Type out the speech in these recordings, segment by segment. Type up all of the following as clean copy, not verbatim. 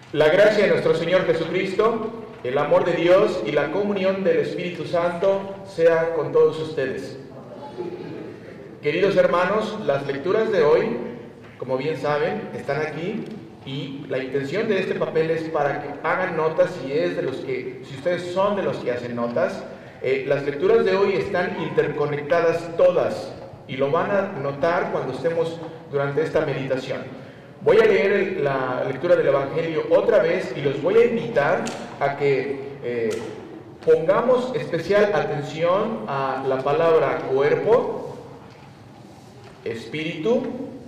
La gracia de nuestro Señor Jesucristo, el amor de Dios y la comunión del Espíritu Santo sea con todos ustedes. Queridos hermanos, las lecturas de hoy, como bien saben, están aquí y la intención de este papel es para que hagan notas si ustedes son de los que hacen notas. Las lecturas de hoy están interconectadas todas y lo van a notar cuando estemos durante esta meditación. Voy a leer la lectura del Evangelio otra vez y los voy a invitar a que pongamos especial atención a la palabra cuerpo, espíritu,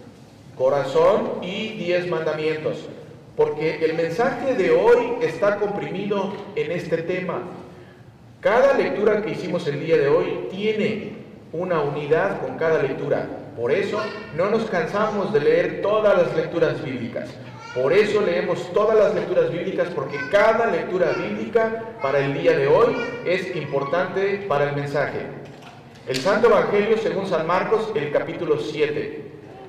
corazón y 10 mandamientos, porque el mensaje de hoy está comprimido en este tema. Cada lectura que hicimos el día de hoy tiene una unidad con cada lectura. Por eso no nos cansamos de leer todas las lecturas bíblicas. Por eso leemos todas las lecturas bíblicas, porque cada lectura bíblica para el día de hoy es importante para el mensaje. El Santo Evangelio según San Marcos, el capítulo 7.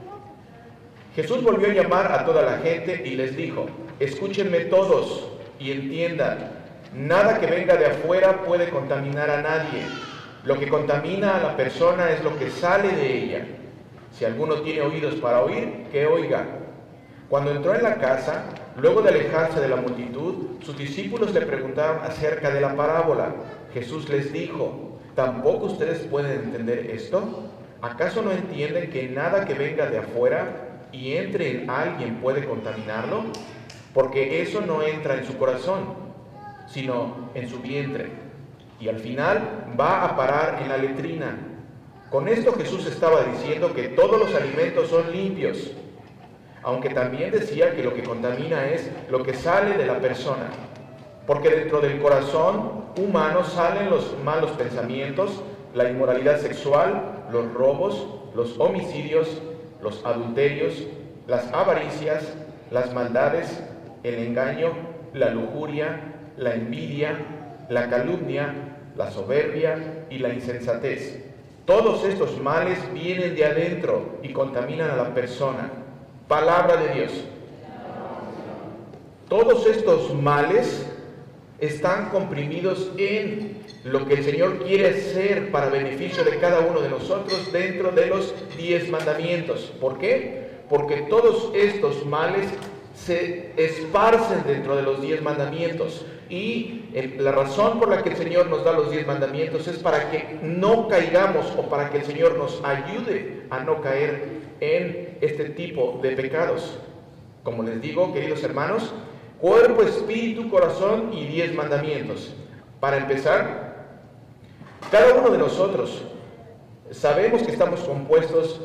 Jesús volvió a llamar a toda la gente y les dijo: escúchenme todos y entiendan, nada que venga de afuera puede contaminar a nadie. Lo que contamina a la persona es lo que sale de ella. Si alguno tiene oídos para oír, que oiga. Cuando entró en la casa, luego de alejarse de la multitud, sus discípulos le preguntaron acerca de la parábola. Jesús les dijo: ¿tampoco ustedes pueden entender esto? ¿Acaso no entienden que nada que venga de afuera y entre en alguien puede contaminarlo? Porque eso no entra en su corazón, sino en su vientre, y al final va a parar en la letrina. Con esto Jesús estaba diciendo que todos los alimentos son limpios, aunque también decía que lo que contamina es lo que sale de la persona, porque dentro del corazón humano salen los malos pensamientos, la inmoralidad sexual, los robos, los homicidios, los adulterios, las avaricias, las maldades, el engaño, la lujuria, la envidia, la calumnia, la soberbia y la insensatez. Todos estos males vienen de adentro y contaminan a la persona. Palabra de Dios. Todos estos males están comprimidos en lo que el Señor quiere hacer para beneficio de cada uno de nosotros dentro de los 10 mandamientos. ¿Por qué? Porque todos estos males se esparcen dentro de los 10 mandamientos. Y la razón por la que el Señor nos da los 10 mandamientos es para que no caigamos, o para que el Señor nos ayude a no caer en este tipo de pecados. Como les digo, queridos hermanos, cuerpo, espíritu, corazón y 10 mandamientos. Para empezar, cada uno de nosotros sabemos que estamos compuestos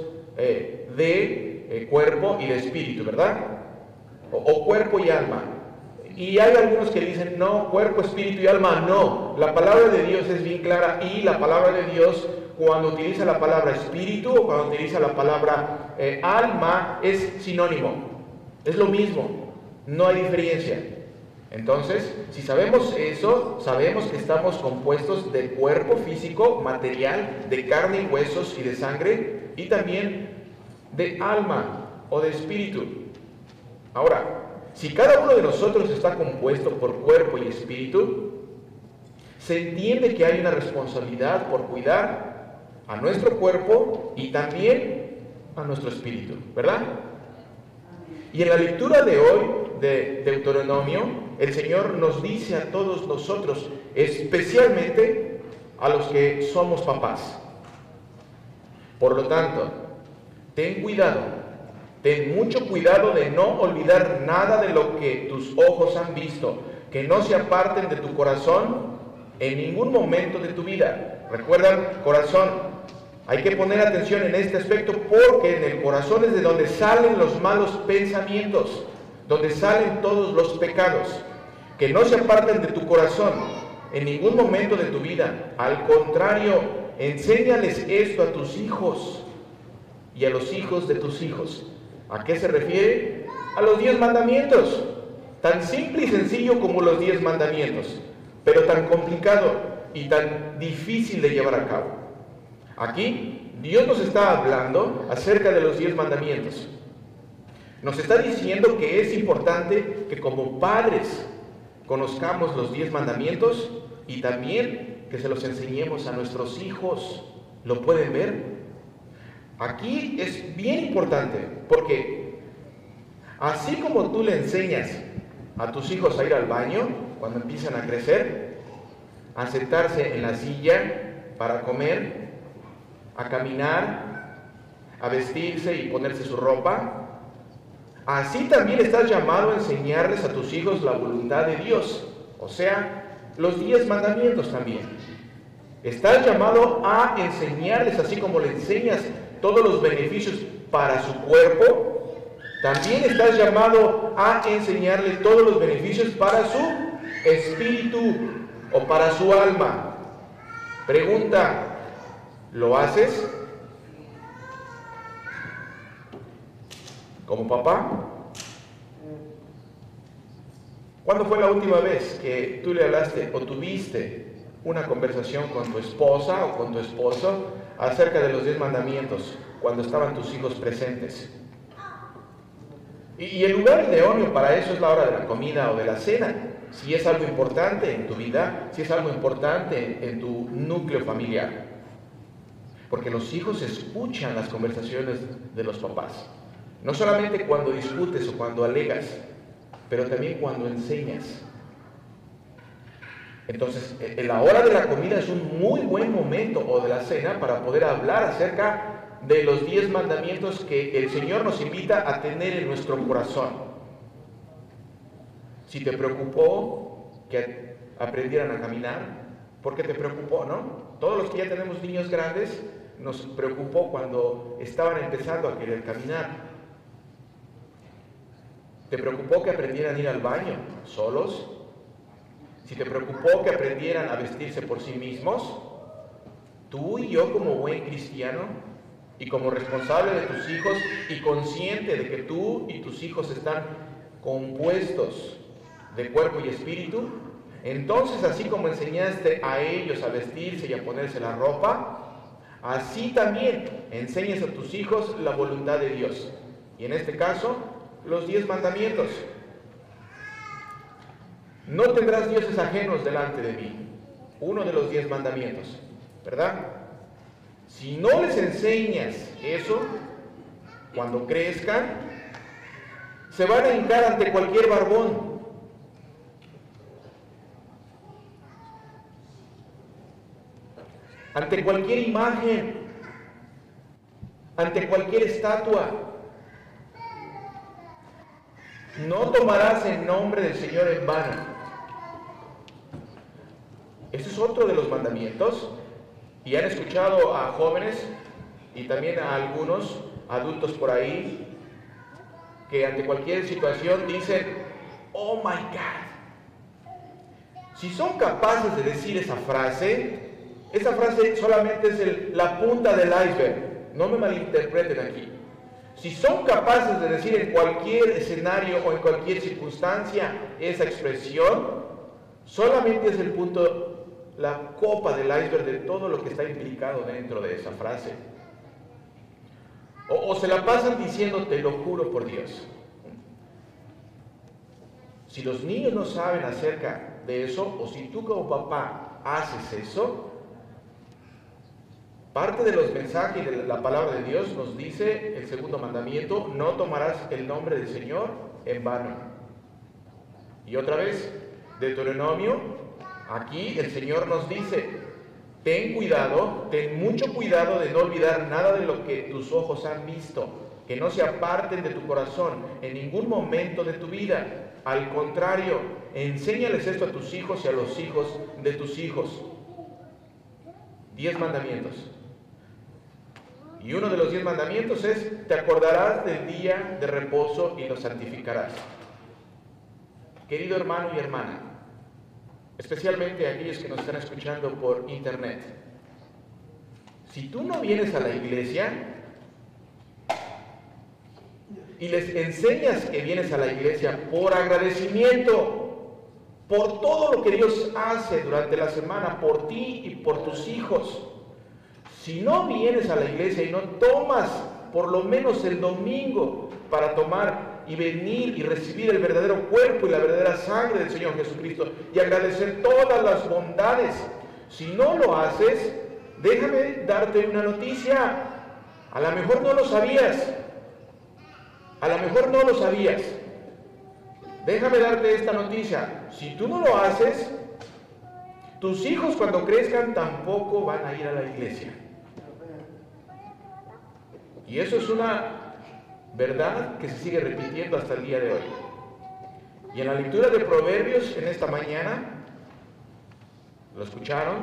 de cuerpo y de espíritu, ¿verdad? O cuerpo y alma. Y hay algunos que dicen, no, cuerpo, espíritu y alma, no. La palabra de Dios es bien clara, y la palabra de Dios, cuando utiliza la palabra espíritu o cuando utiliza la palabra alma, es sinónimo. Es lo mismo, no hay diferencia. Entonces, si sabemos eso, sabemos que estamos compuestos de cuerpo físico, material, de carne y huesos y de sangre, y también de alma o de espíritu. Ahora, si cada uno de nosotros está compuesto por cuerpo y espíritu, se entiende que hay una responsabilidad por cuidar a nuestro cuerpo y también a nuestro espíritu, ¿verdad? Y en la lectura de hoy de Deuteronomio, el Señor nos dice a todos nosotros, especialmente a los que somos papás: por lo tanto, ten cuidado. Ten mucho cuidado de no olvidar nada de lo que tus ojos han visto, que no se aparten de tu corazón en ningún momento de tu vida. ¿Recuerdan? Corazón. Hay que poner atención en este aspecto, porque en el corazón es de donde salen los malos pensamientos, donde salen todos los pecados. Que no se aparten de tu corazón en ningún momento de tu vida. Al contrario, enséñales esto a tus hijos y a los hijos de tus hijos. ¿A qué se refiere? A los 10 mandamientos. Tan simple y sencillo como los 10 mandamientos, pero tan complicado y tan difícil de llevar a cabo. Aquí Dios nos está hablando acerca de los 10 mandamientos. Nos está diciendo que es importante que como padres conozcamos los 10 mandamientos y también que se los enseñemos a nuestros hijos. ¿Lo pueden ver? Aquí es bien importante porque así como tú le enseñas a tus hijos a ir al baño cuando empiezan a crecer, a sentarse en la silla para comer, a caminar, a vestirse y ponerse su ropa, así también estás llamado a enseñarles a tus hijos la voluntad de Dios, o sea, los 10 mandamientos también. Estás llamado a enseñarles, así como le enseñas todos los beneficios para su cuerpo, también estás llamado a enseñarle todos los beneficios para su espíritu o para su alma. Pregunta, ¿lo haces? ¿Como papá? ¿Cuándo fue la última vez que tú le hablaste o tuviste una conversación con tu esposa o con tu esposo acerca de los 10 mandamientos cuando estaban tus hijos presentes? Y el lugar idóneo para eso es la hora de la comida o de la cena. Si es algo importante en tu vida, si es algo importante en tu núcleo familiar. Porque los hijos escuchan las conversaciones de los papás. No solamente cuando discutes o cuando alegas, pero también cuando enseñas. Entonces, la hora de la comida es un muy buen momento, o de la cena, para poder hablar acerca de los 10 mandamientos que el Señor nos invita a tener en nuestro corazón. Si te preocupó que aprendieran a caminar, ¿por qué te preocupó, no? Todos los que ya tenemos niños grandes, nos preocupó cuando estaban empezando a querer caminar. ¿Te preocupó que aprendieran a ir al baño solos? Si te preocupó que aprendieran a vestirse por sí mismos, tú y yo como buen cristiano y como responsable de tus hijos y consciente de que tú y tus hijos están compuestos de cuerpo y espíritu, entonces así como enseñaste a ellos a vestirse y a ponerse la ropa, así también enseñes a tus hijos la voluntad de Dios. Y en este caso, los 10 mandamientos. No tendrás dioses ajenos delante de mí. Uno de los 10 mandamientos, ¿verdad? Si no les enseñas eso, cuando crezcan, se van a hincar ante cualquier barbón. Ante cualquier imagen, ante cualquier estatua. No tomarás el nombre del Señor en vano. Este es otro de los mandamientos. Y han escuchado a jóvenes y también a algunos adultos por ahí que ante cualquier situación dicen, oh my God. Si son capaces de decir esa frase solamente es la punta del iceberg. No me malinterpreten aquí. Si son capaces de decir en cualquier escenario o en cualquier circunstancia esa expresión, solamente es el punto, la copa del iceberg de todo lo que está implicado dentro de esa frase. O se la pasan diciendo, te lo juro por Dios. Si los niños no saben acerca de eso, o si tú como papá haces eso, parte de los mensajes de la palabra de Dios nos dice el segundo mandamiento, no tomarás el nombre del Señor en vano. Y otra vez, Deuteronomio, aquí el Señor nos dice, ten cuidado, ten mucho cuidado de no olvidar nada de lo que tus ojos han visto, que no se aparten de tu corazón en ningún momento de tu vida. Al contrario, enséñales esto a tus hijos y a los hijos de tus hijos. 10 mandamientos. Y uno de los 10 mandamientos es, te acordarás del día de reposo y lo santificarás. Querido hermano y hermana, especialmente aquellos que nos están escuchando por internet, si tú no vienes a la iglesia y les enseñas que vienes a la iglesia por agradecimiento, por todo lo que Dios hace durante la semana, por ti y por tus hijos, si no vienes a la iglesia y no tomas por lo menos el domingo para tomar y venir y recibir el verdadero cuerpo y la verdadera sangre del Señor Jesucristo y agradecer todas las bondades. Si no lo haces, déjame darte una noticia. A lo mejor no lo sabías. A lo mejor no lo sabías. Déjame darte esta noticia. Si tú no lo haces, tus hijos cuando crezcan tampoco van a ir a la iglesia. Y eso es una verdad que se sigue repitiendo hasta el día de hoy. Y en la lectura de Proverbios en esta mañana, ¿lo escucharon?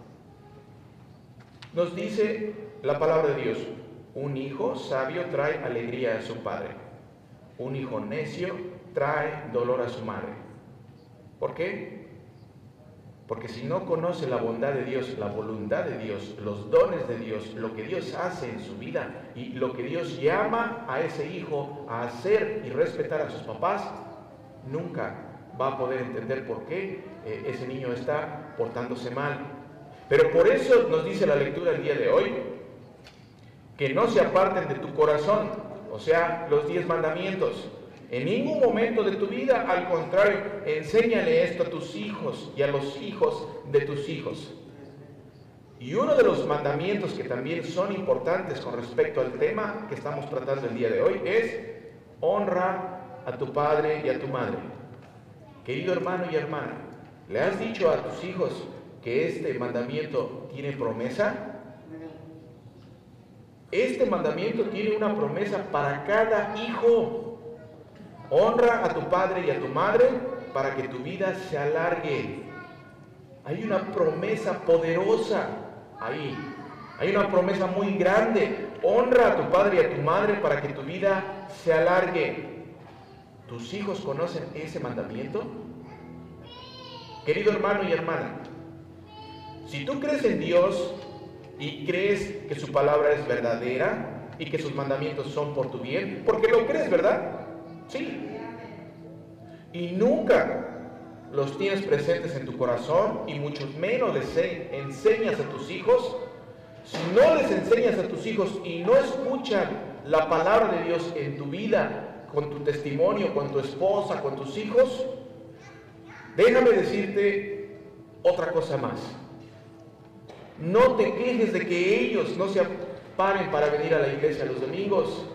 Nos dice la palabra de Dios: un hijo sabio trae alegría a su padre, un hijo necio trae dolor a su madre. ¿Por qué? Porque si no conoce la bondad de Dios, la voluntad de Dios, los dones de Dios, lo que Dios hace en su vida y lo que Dios llama a ese hijo a hacer y respetar a sus papás, nunca va a poder entender por qué ese niño está portándose mal. Pero por eso nos dice la lectura el día de hoy, que no se aparten de tu corazón, o sea, los 10 mandamientos. En ningún momento de tu vida, al contrario, enséñale esto a tus hijos y a los hijos de tus hijos. Y uno de los mandamientos que también son importantes con respecto al tema que estamos tratando el día de hoy es: honra a tu padre y a tu madre. Querido hermano y hermana, ¿le has dicho a tus hijos que este mandamiento tiene promesa? Este mandamiento tiene una promesa para cada hijo. Honra a tu padre y a tu madre para que tu vida se alargue. Hay una promesa poderosa ahí. Hay una promesa muy grande. Honra a tu padre y a tu madre para que tu vida se alargue. ¿Tus hijos conocen ese mandamiento? Querido hermano y hermana, si tú crees en Dios y crees que su palabra es verdadera y que sus mandamientos son por tu bien, porque lo crees, ¿verdad? Sí. Y nunca los tienes presentes en tu corazón y mucho menos les enseñas a tus hijos. Si no les enseñas a tus hijos y no escuchan la palabra de Dios en tu vida, con tu testimonio, con tu esposa, con tus hijos, déjame decirte otra cosa más. No te quejes de que ellos no se paren para venir a la iglesia los domingos.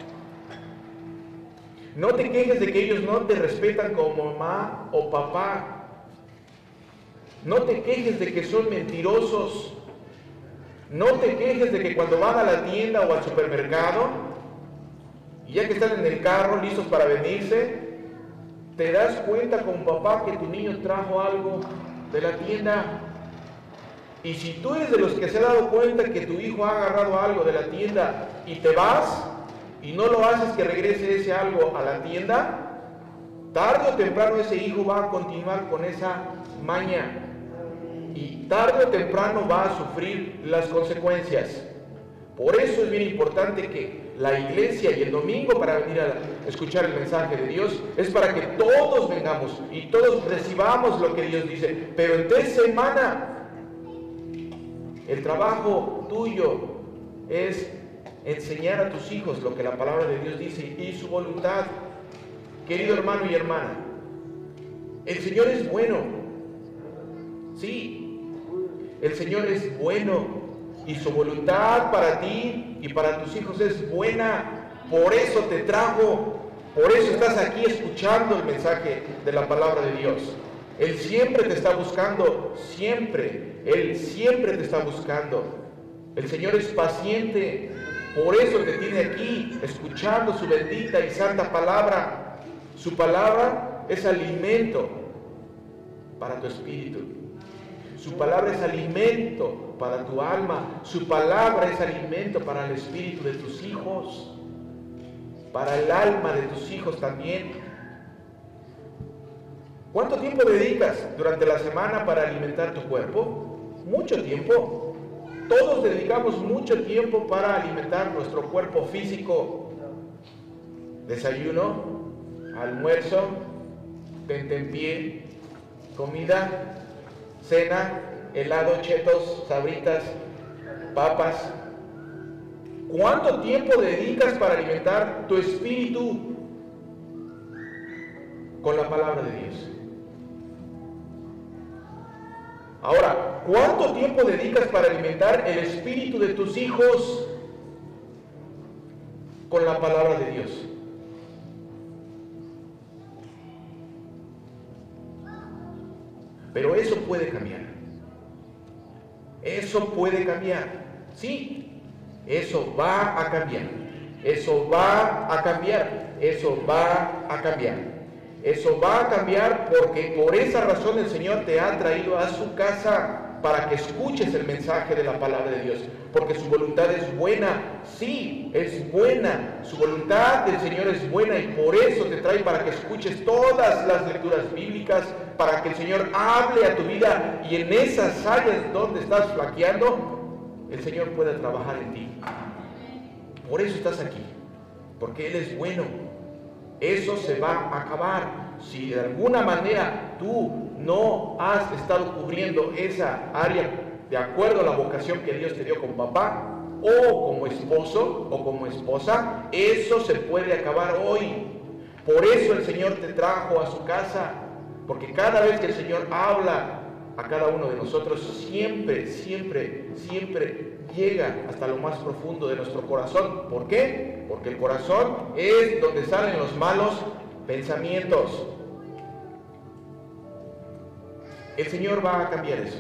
No te quejes de que ellos no te respetan como mamá o papá. No te quejes de que son mentirosos. No te quejes de que cuando van a la tienda o al supermercado, y ya que están en el carro listos para venirse, te das cuenta como papá que tu niño trajo algo de la tienda. Y si tú eres de los que se ha dado cuenta que tu hijo ha agarrado algo de la tienda y te vas, y no lo haces que regrese ese algo a la tienda, tarde o temprano ese hijo va a continuar con esa maña y tarde o temprano va a sufrir las consecuencias. Por eso es bien importante que la iglesia y el domingo para venir a escuchar el mensaje de Dios es para que todos vengamos y todos recibamos lo que Dios dice. Pero entre semana el trabajo tuyo es enseñar a tus hijos lo que la palabra de Dios dice y su voluntad. Querido hermano y hermana, el Señor es bueno. Sí, el Señor es bueno y su voluntad para ti y para tus hijos es buena. Por eso te trajo, por eso estás aquí escuchando el mensaje de la palabra de Dios. Él siempre te está buscando, siempre. Él siempre te está buscando. El Señor es paciente. Por eso te tiene aquí, escuchando su bendita y santa palabra. Su palabra es alimento para tu espíritu. Su palabra es alimento para tu alma. Su palabra es alimento para el espíritu de tus hijos, para el alma de tus hijos también. ¿Cuánto tiempo dedicas durante la semana para alimentar tu cuerpo? Mucho tiempo. Todos dedicamos mucho tiempo para alimentar nuestro cuerpo físico. Desayuno, almuerzo, tentempié, comida, cena, helado, chetos, sabritas, papas. ¿Cuánto tiempo dedicas para alimentar tu espíritu con la palabra de Dios? Ahora, ¿cuánto tiempo dedicas para alimentar el espíritu de tus hijos con la palabra de Dios? Pero eso puede cambiar. Eso puede cambiar. Sí, eso va a cambiar. Eso va a cambiar. Eso va a cambiar. Eso va a cambiar porque por esa razón el Señor te ha traído a su casa para que escuches el mensaje de la palabra de Dios. Porque su voluntad es buena. Sí, es buena. Su voluntad del Señor es buena y por eso te trae para que escuches todas las lecturas bíblicas, para que el Señor hable a tu vida y en esas áreas donde estás flaqueando, el Señor pueda trabajar en ti. Por eso estás aquí, porque Él es bueno. Eso se va a acabar. Si de alguna manera tú no has estado cubriendo esa área de acuerdo a la vocación que Dios te dio como papá, o como esposo, o como esposa, eso se puede acabar hoy. Por eso el Señor te trajo a su casa, porque cada vez que el Señor habla a cada uno de nosotros, siempre llega hasta lo más profundo de nuestro corazón. ¿Por qué? Porque el corazón es donde salen los malos pensamientos. El Señor va a cambiar eso.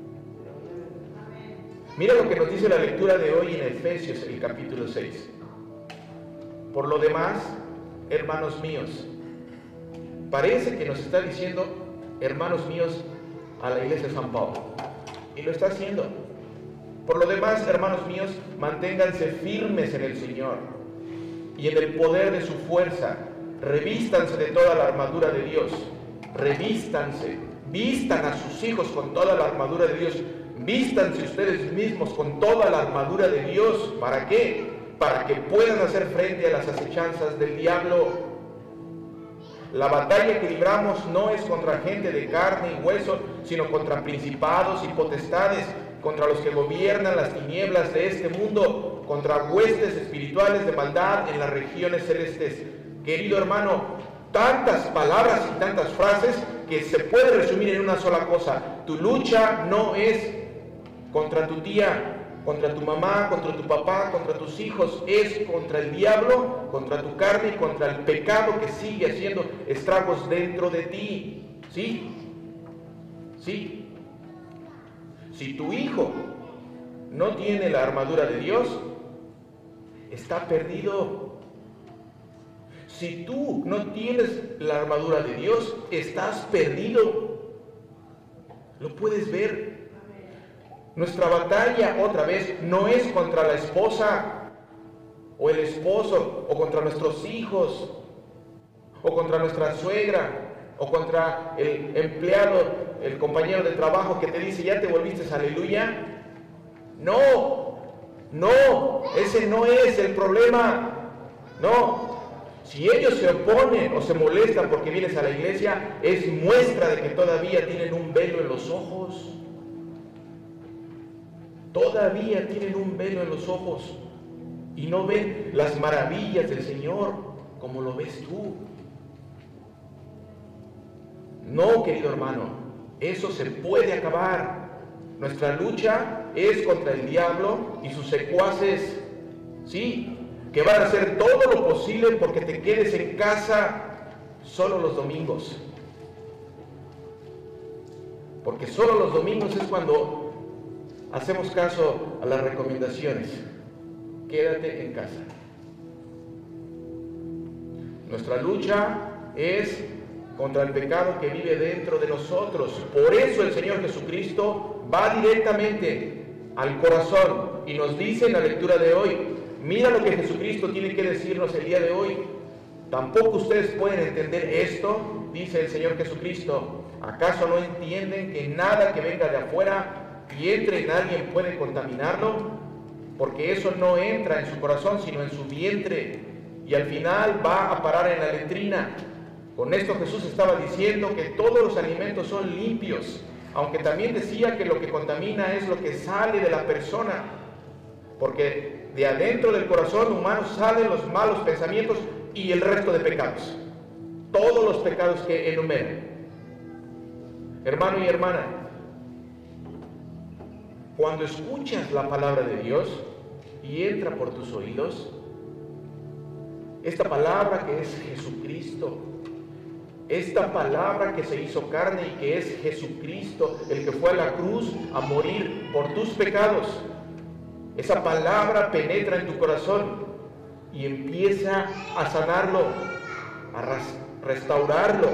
Mira lo que nos dice la lectura de hoy en Efesios, el capítulo 6. Por lo demás, hermanos míos, parece que nos está diciendo, hermanos míos, a la iglesia de San Pablo. Y lo está haciendo. Por lo demás, hermanos míos, manténganse firmes en el Señor y en el poder de su fuerza. Revístanse de toda la armadura de Dios. Revístanse. Vistan a sus hijos con toda la armadura de Dios. Vístanse ustedes mismos con toda la armadura de Dios. ¿Para qué? Para que puedan hacer frente a las acechanzas del diablo. La batalla que libramos no es contra gente de carne y hueso, sino contra principados y potestades, contra los que gobiernan las tinieblas de este mundo, contra huestes espirituales de maldad en las regiones celestes. Querido hermano, tantas palabras y tantas frases que se puede resumir en una sola cosa. Tu lucha no es contra tu tía, contra tu mamá, contra tu papá, contra tus hijos, es contra el diablo, contra tu carne y contra el pecado que sigue haciendo estragos dentro de ti. ¿Sí? ¿Sí? Si tu hijo no tiene la armadura de Dios, está perdido. Si tú no tienes la armadura de Dios, estás perdido. Lo puedes ver. Nuestra batalla, otra vez, no es contra la esposa o el esposo, o contra nuestros hijos, o contra nuestra suegra, o contra el empleado, el compañero de trabajo que te dice, ¿ya te volviste aleluya? No, ese no es el problema. No, si ellos se oponen o se molestan porque vienes a la iglesia, es muestra de que todavía tienen un velo en los ojos. Todavía tienen un velo en los ojos y no ven las maravillas del Señor como lo ves tú. No, querido hermano, eso se puede acabar. Nuestra lucha es contra el diablo y sus secuaces, ¿sí? Que van a hacer todo lo posible porque te quedes en casa solo los domingos. Porque solo los domingos es cuando hacemos caso a las recomendaciones. Quédate en casa. Nuestra lucha es contra el pecado que vive dentro de nosotros. Por eso el Señor Jesucristo va directamente al corazón y nos dice en la lectura de hoy, mira lo que Jesucristo tiene que decirnos el día de hoy. Tampoco ustedes pueden entender esto, dice el Señor Jesucristo. ¿Acaso no entienden que nada que venga de afuera y entre en alguien puede contaminarlo? Porque eso no entra en su corazón, sino en su vientre, y al final va a parar en la letrina. Con esto Jesús estaba diciendo que todos los alimentos son limpios, aunque también decía que lo que contamina es lo que sale de la persona, porque de adentro del corazón humano salen los malos pensamientos y el resto de pecados. Todos los pecados que enumeran. Hermano y hermana, cuando escuchas la palabra de Dios y entra por tus oídos, esta palabra que es Jesucristo, esta palabra que se hizo carne y que es Jesucristo, el que fue a la cruz a morir por tus pecados, esa palabra penetra en tu corazón y empieza a sanarlo, a restaurarlo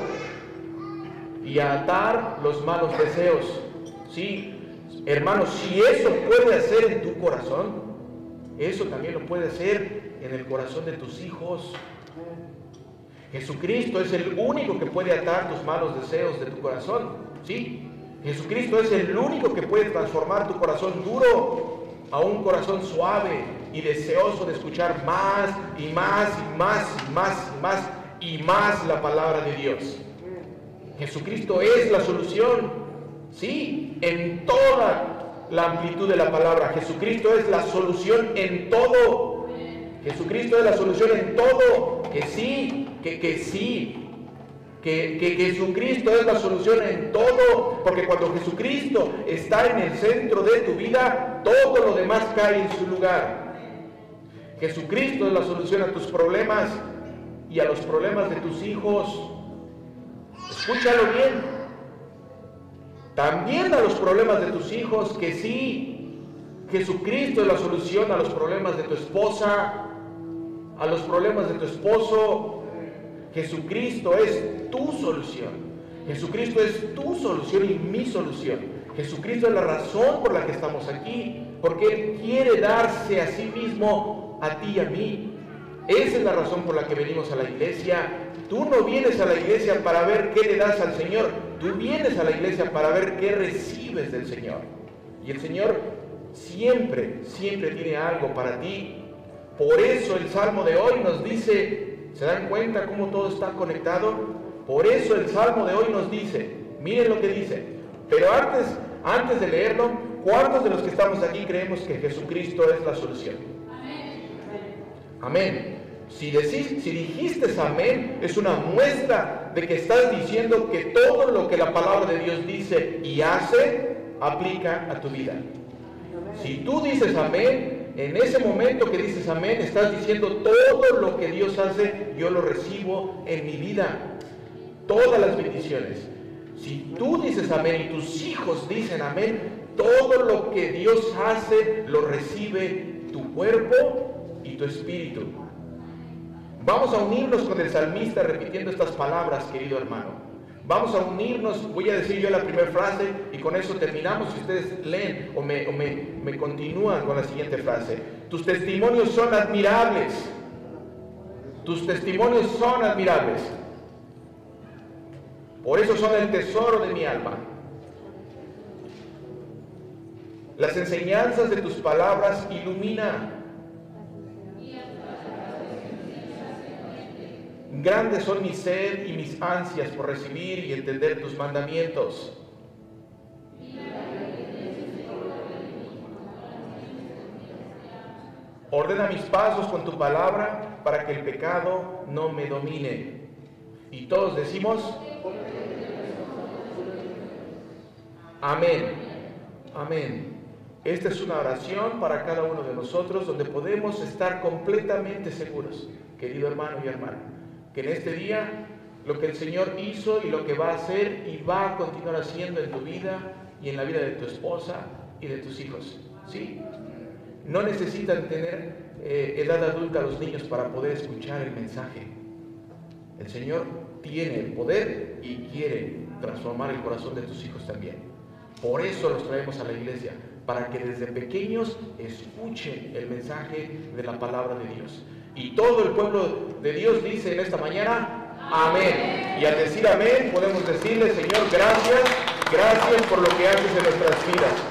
y a atar los malos deseos. Sí, hermanos, si eso puede hacer en tu corazón, eso también lo puede hacer en el corazón de tus hijos. Jesucristo es el único que puede atar tus malos deseos de tu corazón. Sí, Jesucristo es el único que puede transformar tu corazón duro a un corazón suave y deseoso de escuchar más y más y más y más y más y más la palabra de Dios. Jesucristo es la solución, sí, en toda la amplitud de la palabra. Jesucristo es la solución en todo. Jesucristo es la solución en todo. Que sí, que sí. Que Jesucristo es la solución en todo, porque cuando Jesucristo está en el centro de tu vida, todo lo demás cae en su lugar. Jesucristo es la solución a tus problemas y a los problemas de tus hijos. Escúchalo bien. También a los problemas de tus hijos, que sí, Jesucristo es la solución a los problemas de tu esposa, a los problemas de tu esposo. Jesucristo es tu solución. Jesucristo es tu solución y mi solución. Jesucristo es la razón por la que estamos aquí, porque Él quiere darse a sí mismo a ti y a mí. Esa es la razón por la que venimos a la iglesia. Tú no vienes a la iglesia para ver qué le das al Señor. Tú vienes a la iglesia para ver qué recibes del Señor. Y el Señor siempre, siempre tiene algo para ti. Por eso el Salmo de hoy nos dice, ¿se dan cuenta cómo todo está conectado? Por eso el Salmo de hoy nos dice, miren lo que dice. Pero antes de leerlo, ¿cuántos de los que estamos aquí creemos que Jesucristo es la solución? Amén. Si dijiste amén, es una muestra de que estás diciendo que todo lo que la palabra de Dios dice y hace, aplica a tu vida. Si tú dices amén, en ese momento que dices amén, estás diciendo todo lo que Dios hace, yo lo recibo en mi vida. Todas las bendiciones. Si tú dices amén y tus hijos dicen amén, todo lo que Dios hace, lo recibe tu cuerpo y tu espíritu. Vamos a unirnos con el salmista repitiendo estas palabras, querido hermano. Vamos a unirnos, voy a decir yo la primera frase y con eso terminamos. Si ustedes leen o me continúan con la siguiente frase. Tus testimonios son admirables. Tus testimonios son admirables. Por eso son el tesoro de mi alma. Las enseñanzas de tus palabras iluminan. Grandes son mi sed y mis ansias por recibir y entender tus mandamientos. Ordena mis pasos con tu palabra para que el pecado no me domine. Y todos decimos, amén. Amén. Esta es una oración para cada uno de nosotros donde podemos estar completamente seguros, querido hermano y hermana, que en este día lo que el Señor hizo y lo que va a hacer y va a continuar haciendo en tu vida y en la vida de tu esposa y de tus hijos. ¿Sí? No necesitan tener edad adulta los niños para poder escuchar el mensaje. El Señor tiene el poder y quiere transformar el corazón de tus hijos también. Por eso los traemos a la iglesia, para que desde pequeños escuchen el mensaje de la palabra de Dios. Y todo el pueblo de Dios dice en esta mañana, amén. Y al decir amén podemos decirle, Señor, gracias por lo que haces en nuestras vidas.